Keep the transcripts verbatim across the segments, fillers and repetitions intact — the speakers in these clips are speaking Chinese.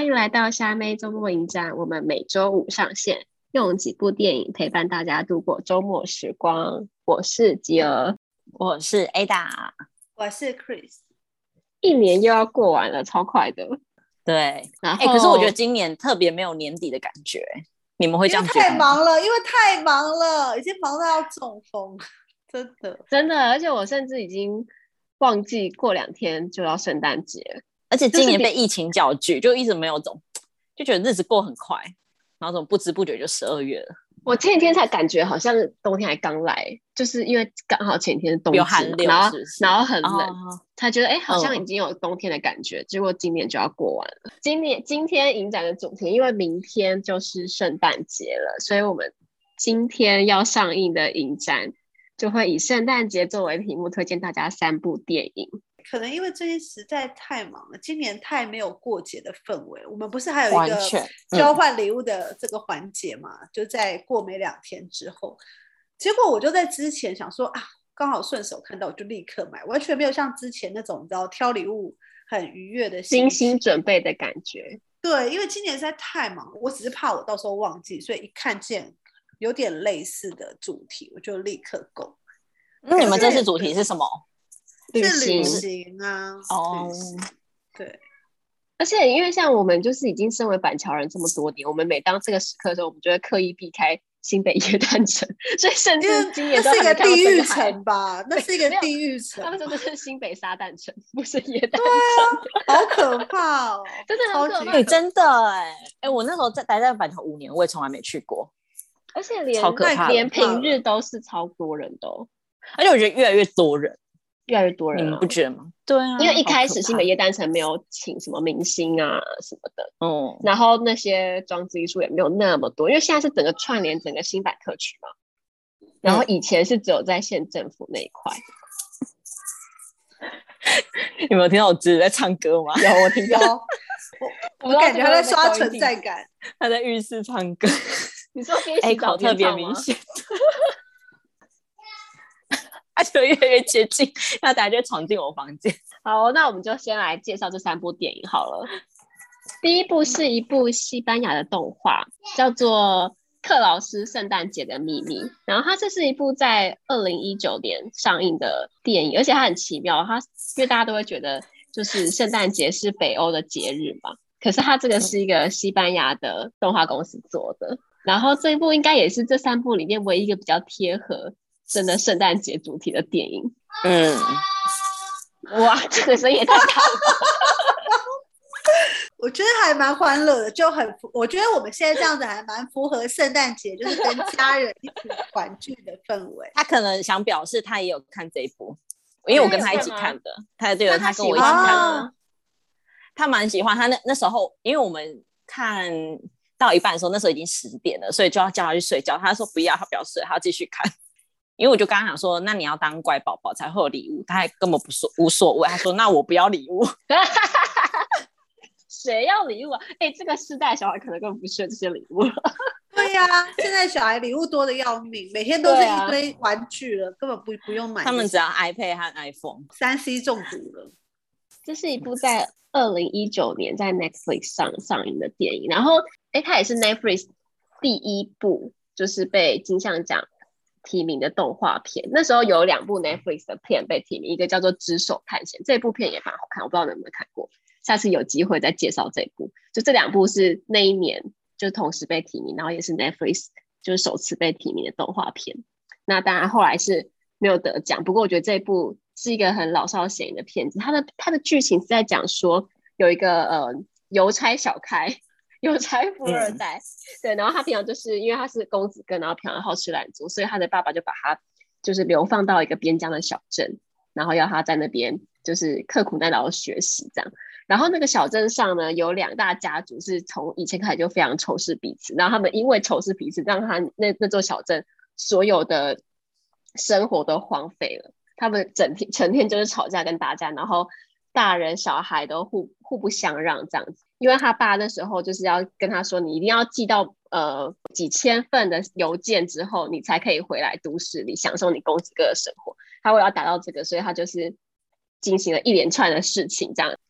欢迎来到虾妹周末影展，我们每周五上线，用几部电影陪伴大家度过周末时光。我是吉儿， 我是 Ada， 我是 Chris。 一年又要过完了，超快的。 对， 然后、 欸、可是我觉得今年特别没有年底的感觉，你们会这样觉得吗？ 因为太忙了，因为太忙了，已经忙到要中风，真的真的，而且我甚至已经忘记过两天就要圣诞节， 而且今年被疫情搅局，就一直没有种，就觉得日子过很快，然后怎么不知不觉就十二月了。 我前几天才感觉好像冬天还刚来，就是因为刚好前几天是冬季， 有寒流然后是不是然后很冷， 哦、 才觉得哎，好像已经有冬天的感觉、嗯、结果今年就要过完了。今年今天影展的主题，因为明天就是圣诞节了，所以我们今天要上映的影展就会以圣诞节作为题目，推荐大家三部电影。 可能因为最近实在太忙了，今年太没有过节的氛围。我们不是还有一个交换礼物的这个环节嘛、嗯、就在过没两天之后，结果我就在之前想说啊，刚好顺手看到我就立刻买，完全没有像之前那种你知道挑礼物很愉悦的心情， 精心准备的感觉。 对，因为今年实在太忙了，我只是怕我到时候忘记，所以一看见有点类似的主题我就立刻购。 那你们这次主题是什么？ 是旅行啊。哦，对。 而且因为像我们就是已经身为板桥人这么多年，我们每当这个时刻的时候，我们就会刻意避开新北耶诞城，所以甚至今年都还没看到那是一个地狱城吧？那是一个地狱城。 他们说这是新北撒旦城，不是耶诞城。 对啊，好可怕哦， 真的很可怕。 欸、真的哎、欸，哎、欸，我那时候在待在板桥五年，我也从来没去过， 而且连超可怕的， 连平日都是超多人的哦。 而且我觉得越来越多人。 越来越多人、啊、 你们不觉得吗？对啊， 因为一开始新北耶诞城没有请什么明星啊什么的， 嗯， 然后那些装置艺术也没有那么多，因为现在是整个串联整个新北特区嘛，然后以前是只有在县政府那一块。 有没有听到我侄子在唱歌吗？ 有，我听到。 我, 我感觉他在刷存在感， 他在浴室唱歌。 你说边洗澡边唱吗？ 特别明显。他就越来越接近，他等下就闯进我房间。 好，那我们就先来介绍这三部电影好了。第一部是一部西班牙的动画，叫做《克劳斯圣诞节的秘密》，然后它这是一部在二零一九年上映的电影，而且它很奇妙，它因为大家都会觉得就是圣诞节是北欧的节日嘛，可是它这个是一个西班牙的动画公司做的，然后这一部应该也是这三部里面唯一一个比较贴合真的圣诞节主题的电影。 嗯， 哇，这个声音也太大了。 我觉得还蛮欢乐的，就很，我觉得我们现在这样子还蛮符合圣诞节，就是跟家人一起团聚的氛围。 他可能想表示他也有看这一部，因为我跟他一起看的，他对了，他跟我一起看的，他蛮喜欢。他那那时候，因为我们看到一半的时候，那时候已经十点了，所以就要叫他去睡觉。他说不要，他不要睡，他要继续看。因为我就跟他讲说，那你要当乖宝宝才会有礼物，他还根本不说无所谓，他说那我不要礼物。 谁要礼物啊？哎、欸，这个世代小孩可能根本不需要这些礼物了。 对呀、啊，现在小孩礼物多的要命，每天都是一堆玩具了，啊、根本不不用买。 他们只要 iPad 和 iPhone， 三 C 中毒了。 这是一部在二零一九年在 Netflix 上上映的电影，然后哎，它也是 Netflix 第一部就是被金像奖提名的动画片。那时候有两部 Netflix 的片被提名，一个叫做《只手探险》，这部片也蛮好看，我不知道你有没有看过，下次有机会再介绍这一部。就这两部是那一年就同时被提名，然后也是 Netflix 就是首次被提名的动画片。那当然后来是没有得奖，不过我觉得这一部是一个很老少咸宜的片子。它的它的剧情是在讲说有一个呃邮差小开。有财富二代、嗯、对，然后他平常就是因为他是公子哥，然后平常好吃懒做，所以他的爸爸就把他就是流放到一个边疆的小镇，然后要他在那边就是刻苦耐劳的学习这样。然后那个小镇上呢有两大家族是从以前开始就非常仇视彼此，然后他们因为仇视彼此让他那那座小镇所有的生活都荒废了，他们整天成天就是吵架跟打架，然后大人小孩都互互不相让这样子。因为他爸那时候就是要跟他说，你一定要寄到呃几千份的邮件之后，你才可以回来都市里享受你公子哥的生活。他为了要达到这个，所以他就是进行了一连串的事情，这样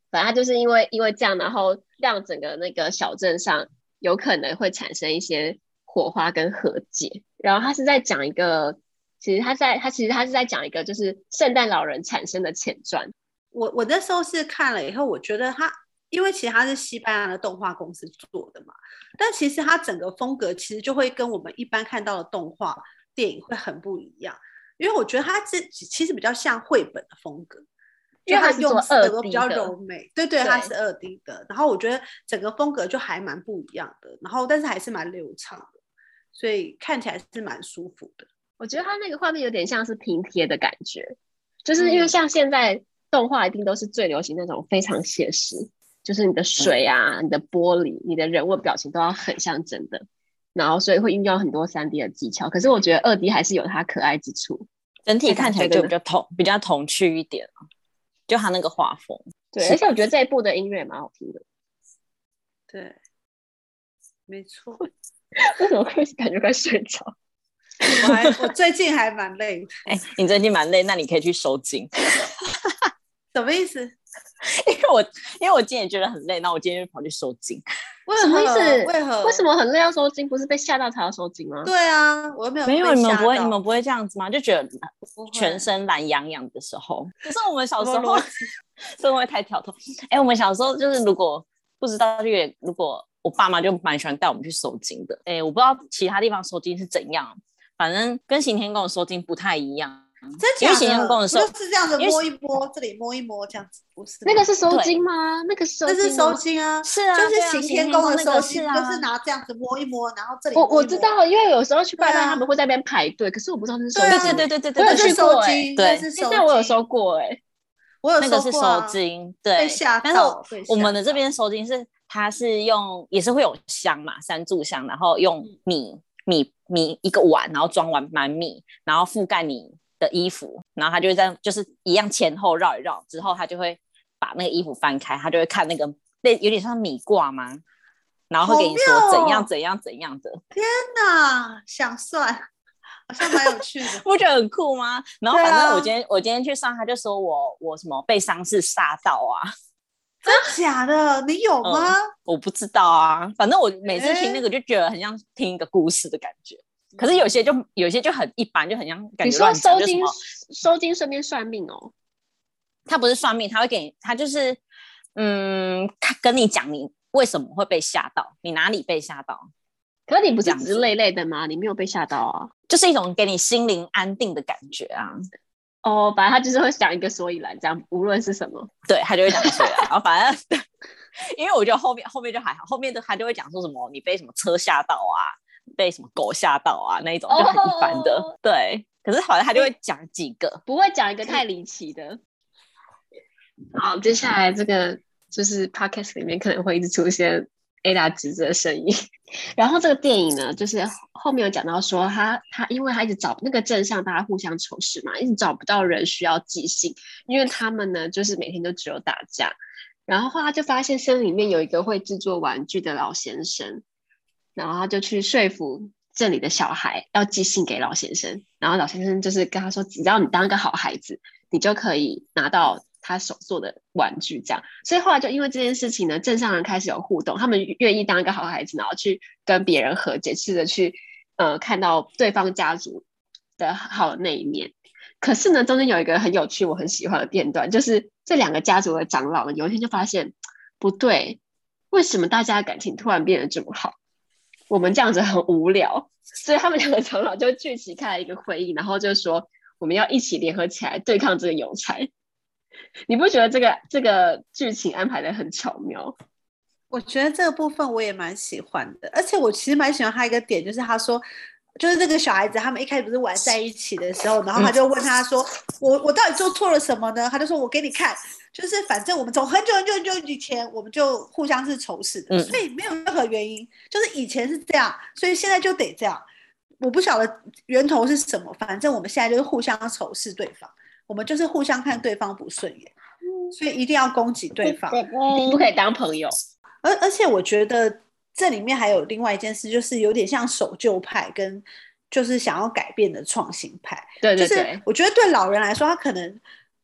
反正他就是因为因为这样，然后让整个那个小镇上有可能会产生一些火花跟和解。然后他是在讲一个，其实他在他其实他是在讲一个就是圣诞老人产生的前传。 我我那时候是看了以后，我觉得他因为其实他是西班牙的动画公司做的嘛，但其实他整个风格其实就会跟我们一般看到的动画电影会很不一样，因为我觉得他这其实比较像绘本的风格。 因为他是做二 D 的， 比较柔美，对对，它是二 D 的，然后我觉得整个风格就还蛮不一样的，然后但是还是蛮流畅的，所以看起来是蛮舒服的。 我觉得它那个画面有点像是拼贴的感觉，就是因为像现在动画一定都是最流行那种非常写实，就是你的水啊、你的玻璃、你的人物表情都要很像真的，然后所以会运用很多 三 D 的技巧。可是我觉得二 D 还是有它可爱之处， 整体看起来就比较童比较童趣一点啊。就他那个画风， 对，而且我觉得这一部的音乐也蛮好听的。 对，没错。 为什么会感觉快睡着？ 我还我最近还蛮累的。 哎、欸，你最近蛮累，那你可以去收紧。 什么意思？ 因为我因为我今天也觉得很累，那我今天就跑去收紧。 什么意思？ 为何？ 为什么很累要收紧？不是被吓到才要收紧吗？ 对啊，我没有没有，你们不会，你们不会这样子吗？就觉得全身懒洋洋的时候。可是我们小时候，这会不会太跳脱？哎、欸，我们小时候就是如果不知道，如果我爸妈就蛮喜欢带我们去收金的。哎、欸，我不知道其他地方收金是怎样，反正跟行天宫的收金不太一样。 真假的？ 因为行天宫的时候就是这样子摸一摸，这里摸一摸这样子，不是？ 那个是收金吗？那个是收金吗？ 那是收金啊， 是啊， 就是行天宫的收金， 那個、 就是拿这样子摸一摸，然后这里摸一摸。我我知道，因为有时候去拜拜， 啊、 他们会在那边排队，可是我不知道是收金。对对对对对， 我有去过哎、欸， 对， 但我有收过哎、欸， 我有收过、啊、 那个是收金，对， 被吓到。 但是我们的这边收金是它是用也是会有香嘛，三炷香，然后用米米米一个碗，然后装完满米，然后覆盖你的衣服，然后他就会这样，就是一样前后绕一绕之后，他就会把那个衣服翻开，他就会看那个类有点像米卦吗？然后会给你说怎样怎样怎样的。 天哪，想算，好像蛮有趣的， 不觉得很酷吗？然后反正我今天、啊、我今天去上，他就说我我什么被丧事煞到啊。 真假的？你有吗、 嗯？我不知道啊，反正我每次听那个就觉得很像听一个故事的感觉。可是有些就有些就很一般，就很像感觉乱讲。 你说收金收金顺便算命哦？ 他不是算命，他会给你，他就是嗯，他跟你讲你为什么会被吓到，你哪里被吓到。 可是你不是只是累累的吗？你没有被吓到啊？ 就是一种给你心灵安定的感觉啊。 哦，反正他就是会讲一个所以然，这样无论是什么， 对他就会讲所以然。然后反正因为我觉得后面后面就还好，后面的他就会讲说什么你被什么车吓到啊。被什么狗吓到啊那一种就很一般的、oh. 对，可是好像他就会讲几个， 不会讲一个太离奇的。好，接下来这个就是 podcast 里面可能会一直出现 Ada 侄子的声音。然后这个电影呢，就是后面有讲到说他他因为他一直找那个镇上大家互相仇视嘛，一直找不到人需要寄信，因为他们呢就是每天都只有打架。然后后来他就发现森林里面有一个会制作玩具的老先生。然后他就去说服镇里的小孩要寄信给老先生，然后老先生就是跟他说，只要你当一个好孩子，你就可以拿到他手做的玩具这样。所以后来就因为这件事情呢，镇上人开始有互动，他们愿意当一个好孩子，然后去跟别人和解，试着去呃看到对方家族的好的那一面。可是呢，中间有一个很有趣我很喜欢的片段，就是这两个家族的长老有一天就发现不对，为什么大家的感情突然变得这么好？我们这样子很无聊，所以他们两个长老就聚集开了一个会议，然后就说我们要一起联合起来对抗这个邮差。你不觉得这个这个剧情安排的很巧妙？ 我觉得这个部分我也蛮喜欢的，而且我其实蛮喜欢他一个点，就是他说就是这个小孩子他们一开始不是玩在一起的时候，然后他就问他说、嗯、我我到底做错了什么呢？他就说我给你看，就是反正我们从很久很久很久以前我们就互相是仇视的、嗯、所以没有任何原因，就是以前是这样，所以现在就得这样，我不晓得源头是什么，反正我们现在就是互相仇视对方，我们就是互相看对方不顺眼，所以一定要攻击对方， 一定不可以当朋友。 而而且我觉得这里面还有另外一件事，就是有点像守旧派跟就是想要改变的创新派。 对对对， 就是我觉得对老人来说，他可能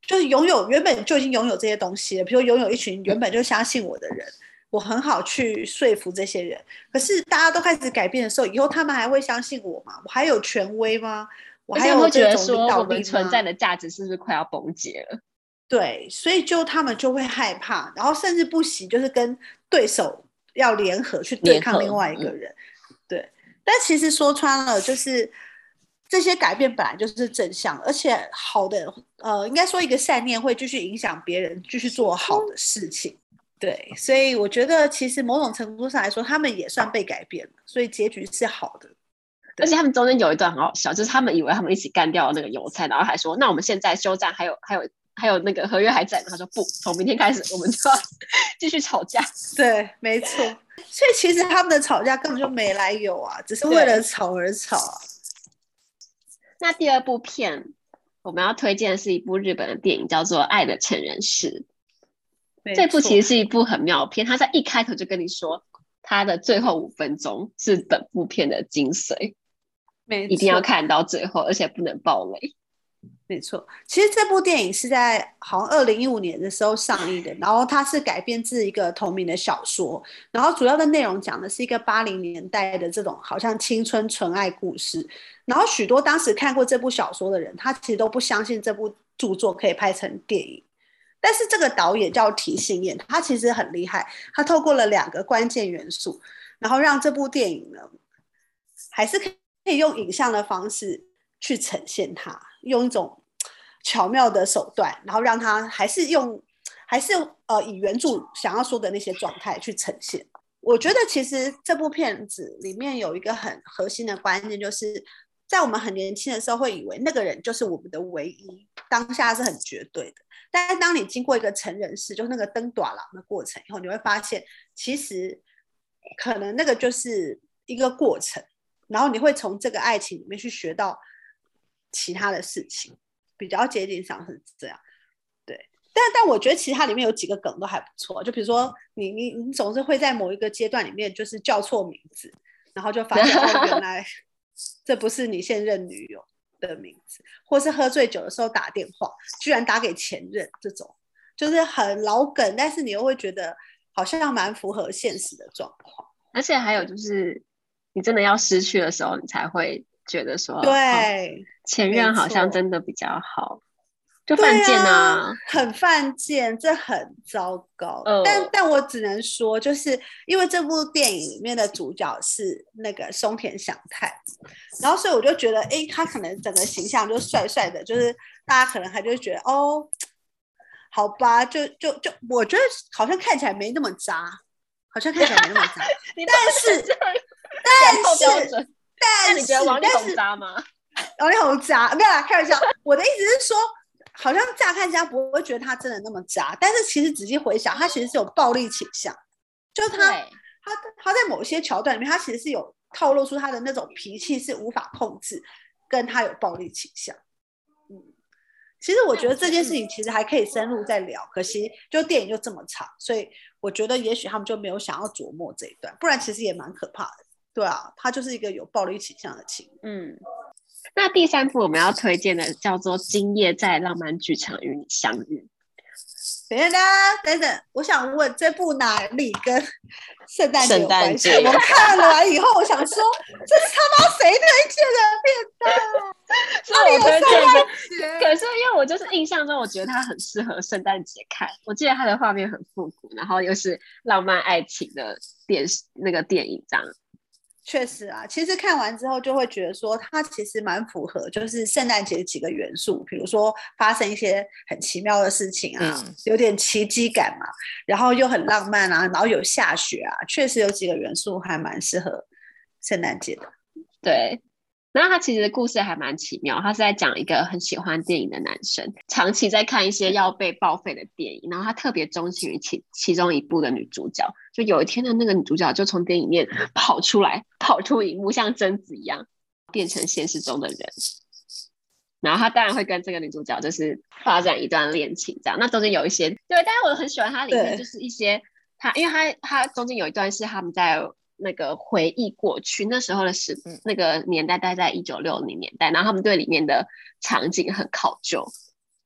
就是拥有原本就已经拥有这些东西了，比如拥有一群原本就相信我的人，我很好去说服这些人。可是大家都开始改变的时候，以后他们还会相信我吗？我还有权威吗？我还有这种领导力吗？ 我们存在的价值是不是快要崩解了？ 对，所以就他们就会害怕，然后甚至不惜就是跟对手要联合去对抗另外一个人。嗯、对，但其实说穿了，就是这些改变本来就是正向，而且好的，呃，应该说一个善念会继续影响别人，继续做好的事情。对，所以我觉得其实某种程度上来说，他们也算被改变了，所以结局是好的。 而且他们中间有一段很好笑，就是他们以为他们一起干掉了那个邮差，然后还说：“那我们现在休战，还有还有还有那个合约还在。”他说：“不，从明天开始我们就要继续吵架。” 对，没错。所以其实他们的吵架根本就没来由啊，只是为了吵而吵啊。 那第二部片我们要推荐的是一部日本的电影，叫做《爱的成人式》。这部其实是一部很妙片，它在一开头就跟你说，它的最后五分钟是本部片的精髓，一定要看到最后，而且不能爆雷。 没错，其实这部电影是在好像二零一五年的时候上映的，然后它是改编自一个同名的小说，然后主要的内容讲的是一个八零年代的这种好像青春纯爱故事，然后许多当时看过这部小说的人，他其实都不相信这部著作可以拍成电影。但是这个导演叫提信彦，他其实很厉害，他透过了两个关键元素，然后让这部电影呢，还是可以用影像的方式去呈现它，用一种巧妙的手段，然后让它还是用，还是呃以原著想要说的那些状态去呈现。我觉得其实这部片子里面有一个很核心的观念，就是在我们很年轻的时候会以为那个人就是我们的唯一，当下是很绝对的。但是当你经过一个成人式，就是那个登大人的过程以后，你会发现其实可能那个就是一个过程，然后你会从这个爱情里面去学到其他的事情，比较接近上是这样。对，但但我觉得其实它里面有几个梗都还不错，就比如说你你你总是会在某一个阶段里面就是叫错名字，然后就发现哦原来这不是你现任女友的名字，或是喝醉酒的时候打电话居然打给前任，这种就是很老梗，但是你又会觉得好像蛮符合现实的状况。 而且还有就是你真的要失去的时候，你才会觉得说对、 哦、前任好像真的比较好，就犯贱啊， 啊很犯贱，这很糟糕、 呃、 但但我只能说，就是因为这部电影里面的主角是那个松田翔太，然后所以我就觉得哎，他可能整个形象就帅帅的，就是大家可能还就会觉得哦好吧，就就就我觉得好像看起来没那么渣，好像看起来没那么渣但是但是但是你觉得王力宏渣吗？ 王力宏渣没有啦，开玩笑。我的意思是说好像乍看之下不会觉得他真的那么渣，但是其实仔细回想，他其实是有暴力倾向，就是他他他在某些桥段里面，他其实是有透露出他的那种脾气是无法控制，跟他有暴力倾向。嗯，其实我觉得这件事情其实还可以深入再聊，可惜就电影就这么长，所以我觉得也许他们就没有想要琢磨这一段，不然其实也蛮可怕的。对啊，他就是一个有暴力倾向的情侣。 嗯。那第三部我们要推荐的叫做《今夜在浪漫剧场与你相遇》。 等一下，等等，我想问这部哪里跟圣诞节有关系？我看完以后，我想说，这是他妈谁推荐的片段？ 是我推荐的。可是因为我就是印象中，我觉得它很适合圣诞节看。我记得它的画面很复古，然后又是浪漫爱情的电视那个电影这样。 确实啊，其实看完之后就会觉得说，它其实蛮符合就是圣诞节几个元素，比如说发生一些很奇妙的事情啊，嗯、有点奇迹感嘛，然后又很浪漫啊，然后有下雪啊，确实有几个元素还蛮适合圣诞节的。 对，然后他其实故事还蛮奇妙，他是在讲一个很喜欢电影的男生，长期在看一些要被报废的电影，然后他特别钟情于其其中一部的女主角，就有一天的那个女主角就从电影里面跑出来，跑出荧幕，像贞子一样变成现实中的人，然后他当然会跟这个女主角就是发展一段恋情这样。那中间有一些对，但是我很喜欢他里面就是一些他，因为他他中间有一段是他们在那个回忆过去那时候的时那个年代，大概在一九六零年代，然后他们对里面的场景很考究，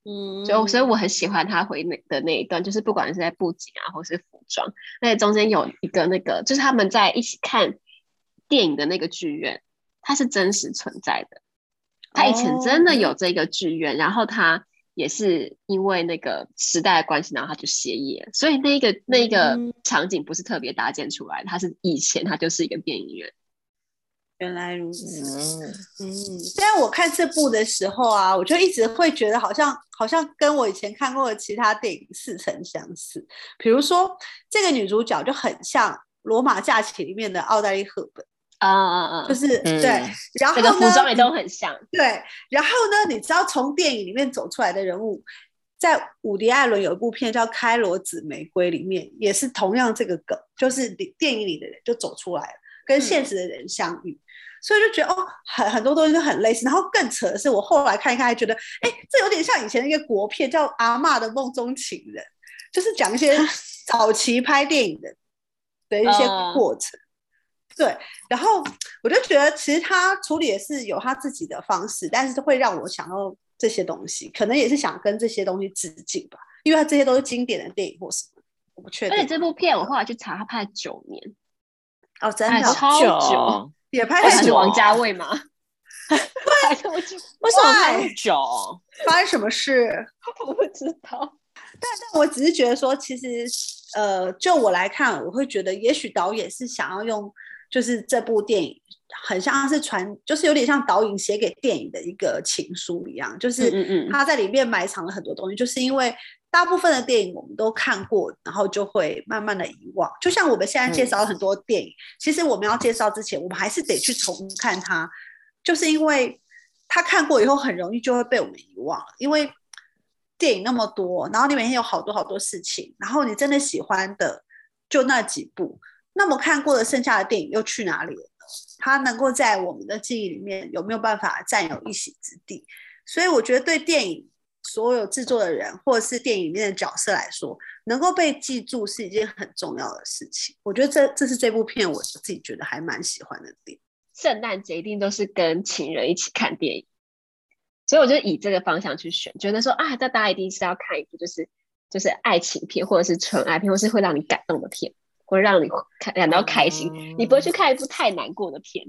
嗯，就所以我很喜欢他回那的那一段，就是不管是在布景啊，或是服装，而且中间有一个那个，就是他们在一起看电影的那个剧院，它是真实存在的。他以前真的有这个剧院，哦、然后他也是因为那个时代的关系，然后他就歇业，所以那个那个场景不是特别搭建出来的，它是以前它就是一个电影院。 原来如此，嗯嗯，但我看这部的时候啊，我就一直会觉得好像好像跟我以前看过的其他电影似曾相识。比如说，这个女主角就很像《罗马假期》里面的奥黛丽·赫本啊啊啊， 就是、嗯、对，然后呢， 这个服装也都很像。 对，然后呢，你知道从电影里面走出来的人物，在伍迪·艾伦有一部片叫《开罗紫玫瑰》里面，也是同样这个梗，就是电影里的人就走出来了，跟现实的人相遇。嗯，所以就觉得哦，很很多东西都很类似，然后更扯的是，我后来看一看，还觉得，哎，这有点像以前的一个国片叫《阿嬷的梦中情人》，就是讲一些早期拍电影的的一些过程。Uh. 对，然后我就觉得，其实他处理也是有他自己的方式，但是会让我想到这些东西，可能也是想跟这些东西致敬吧，因为他这些都是经典的电影或什么，我不确定。 而且这部片我后来去查，他拍了九年， 哦，真的超久。 也拍很久。 王家卫吗？ 对， 为什么拍那么久？ 发生什么事？ 我不知道。 但但我只是觉得说，其实呃，就我来看，我会觉得，也许导演是想要用，就是这部电影很像是传，就是有点像导演写给电影的一个情书一样，就是他在里面埋藏了很多东西，就是因为大部分的电影我们都看过，然后就会慢慢的遗忘。就像我们现在介绍了很多电影，嗯、其实我们要介绍之前，我们还是得去重看它，就是因为他看过以后很容易就会被我们遗忘了，因为电影那么多，然后你每天有好多好多事情，然后你真的喜欢的就那几部，那么看过的剩下的电影又去哪里了呢？它能够在我们的记忆里面有没有办法占有一席之地？所以我觉得对电影所有制作的人或者是电影里面的角色来说，能够被记住是一件很重要的事情。我觉得这这是这部片我自己觉得还蛮喜欢的点。 圣诞节一定都是跟情人一起看电影，所以我就以这个方向去选，觉得说啊，这大家一定是要看一部就是就是爱情片，或者是纯爱片，或是会让你感动的片，或者让你感到开心、嗯，你不会去看一部太难过的片。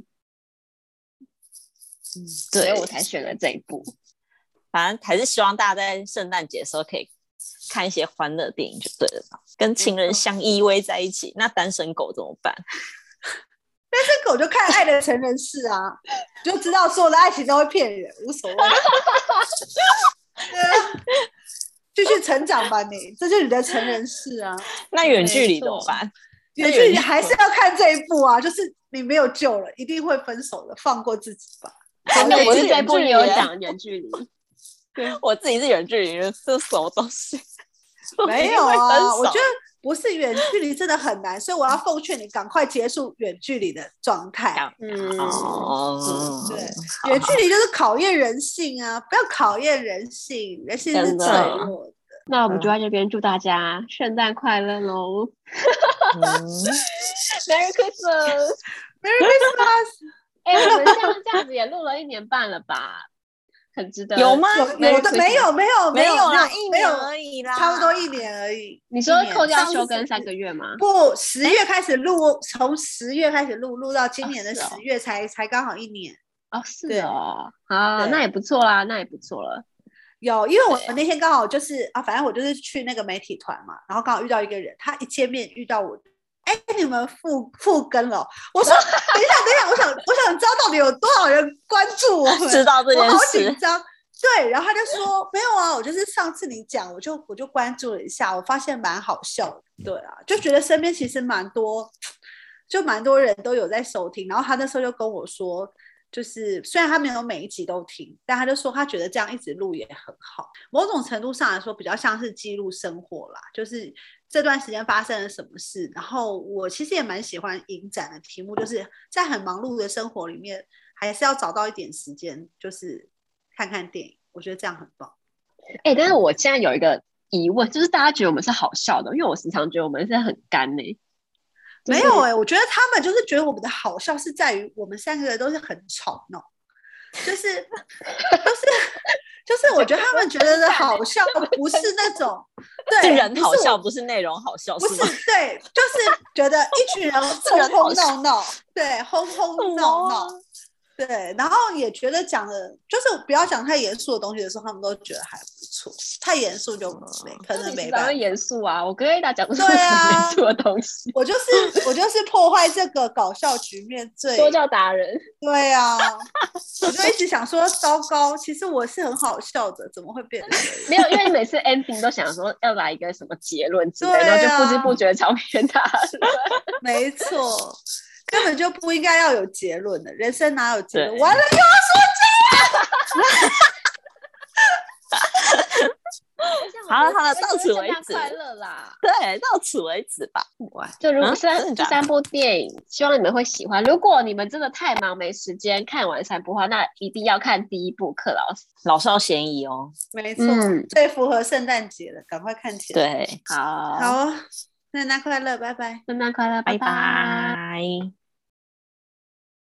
嗯，所以我才选了这一部。 反正还是希望大家在圣诞节的时候可以看一些欢乐电影就对了，跟情人相依偎在一起。嗯、那单身狗怎么办？ 单身狗就看《爱的成人式》啊，就知道所有的爱情都会骗人，无所谓。对啊，继续成长吧你，这就是你的成人式啊。 那远距离怎么办？ 远距离还是要看这一部啊，就是你没有救了，一定会分手的，放过自己吧。 那我是这一部也有讲远距离。 对，我自己是远距离，这什么东西？ 没有啊，我觉得不是远距离真的很难，所以我要奉劝你赶快结束远距离的状态。 嗯，哦， 对，远距离就是考验人性啊，不要考验人性，人性是脆弱的。 那我们就在这边祝大家圣诞快乐喽、嗯、！Merry Christmas，Merry Christmas！ 哎、欸，我们这样这样子也录了一年半了吧？很值得。 有吗？ 有有的没有没有没有啦， 一年而已啦， 差不多一年而已。 你说扣掉休更三个月吗？ 不，十月开始录，从十月开始录，录到今年的十月才、哦哦、才刚好一年。 哦，是哦，啊，那也不错啦，那也不错了。 有，因为我那天刚好就是啊，反正我就是去那个媒体团嘛，然后刚好遇到一个人，他一见面遇到我。哎，你们复复更了？我说等一下，等一下，我想我想知道到底有多少人关注我们， 知道这件事， 我好紧张。对，然后他就说没有啊，我就是上次你讲，我就我就关注了一下，我发现蛮好笑的。对啊，就觉得身边其实蛮多，就蛮多人都有在收听。然后他那时候就跟我说，就是虽然他没有每一集都听，但他就说他觉得这样一直录也很好。某种程度上来说，比较像是记录生活啦，就是这段时间发生了什么事。然后我其实也蛮喜欢影展的题目，就是在很忙碌的生活里面，还是要找到一点时间，就是看看电影。我觉得这样很棒。 哎、欸，但是我现在有一个疑问，就是大家觉得我们是好笑的，因为我时常觉得我们是很干呢、欸。 就是、没有哎、欸，我觉得他们就是觉得我们的好笑是在于我们三个人都是很吵闹，就是就是就是我觉得他们觉得的好笑不是那种对是人好笑，不是内容好笑， 不是吗？ 对，就是觉得一群人哄哄闹闹，对，哄哄闹闹。对，然后也觉得讲的，就是不要讲太严肃的东西的时候，他们都觉得还不错。太严肃就没可能没办法。 严肃啊！我跟 Ada 讲的是很严肃的东西。 我就是我就是破坏这个搞笑局面最说教达人。 对啊，我就一直想说，糟糕，其实我是很好笑的，怎么会变成没有？因为你每次 ending 都想说要来一个什么结论之类的，然后就不知不觉超偏大了。 没错。根本就不应该要有结论的，人生哪有结论？完了又要说这样。好了好了，到此为止。 快乐啦！ 对，到此为止吧。 就如果三这三部电影，希望你们会喜欢。如果你们真的太忙没时间看完三部的话，那一定要看第一部《克劳斯》， 老少咸宜哦。 没错，嗯、最符合圣诞节的，赶快看起来。 对，好， 好，圣诞快乐，拜拜， 圣诞快乐，拜拜拜。